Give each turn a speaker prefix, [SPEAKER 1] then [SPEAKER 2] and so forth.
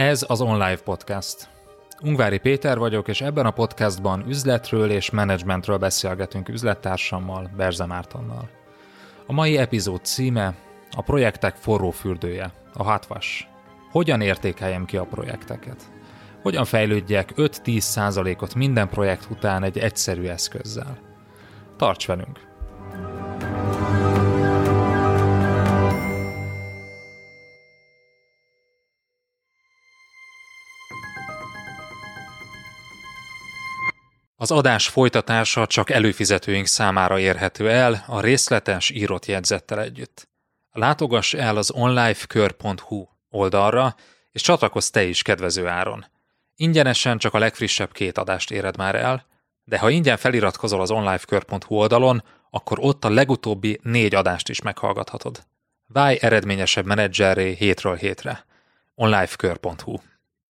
[SPEAKER 1] Ez az OnLive Podcast. Ungvári Péter vagyok, és ebben a podcastban üzletről és menedzsmentről beszélgetünk üzlettársammal, Berze Mártonnal. A mai epizód címe a projektek forró fürdője, a hot wash. Hogyan értékeljem ki a projekteket? Hogyan fejlődjek 5-10%-ot minden projekt után egy egyszerű eszközzel? Tarts velünk! Az adás folytatása csak előfizetőink számára érhető el a részletes írott jegyzettel együtt. Látogass el az onlifekör.hu oldalra, és csatlakozz te is kedvező áron. Ingyenesen csak a legfrissebb 2 adást éred már el, de ha ingyen feliratkozol az onlifekör.hu oldalon, akkor ott a legutóbbi 4 adást is meghallgathatod. Válj eredményesebb menedzserré hétről hétre. onlifekör.hu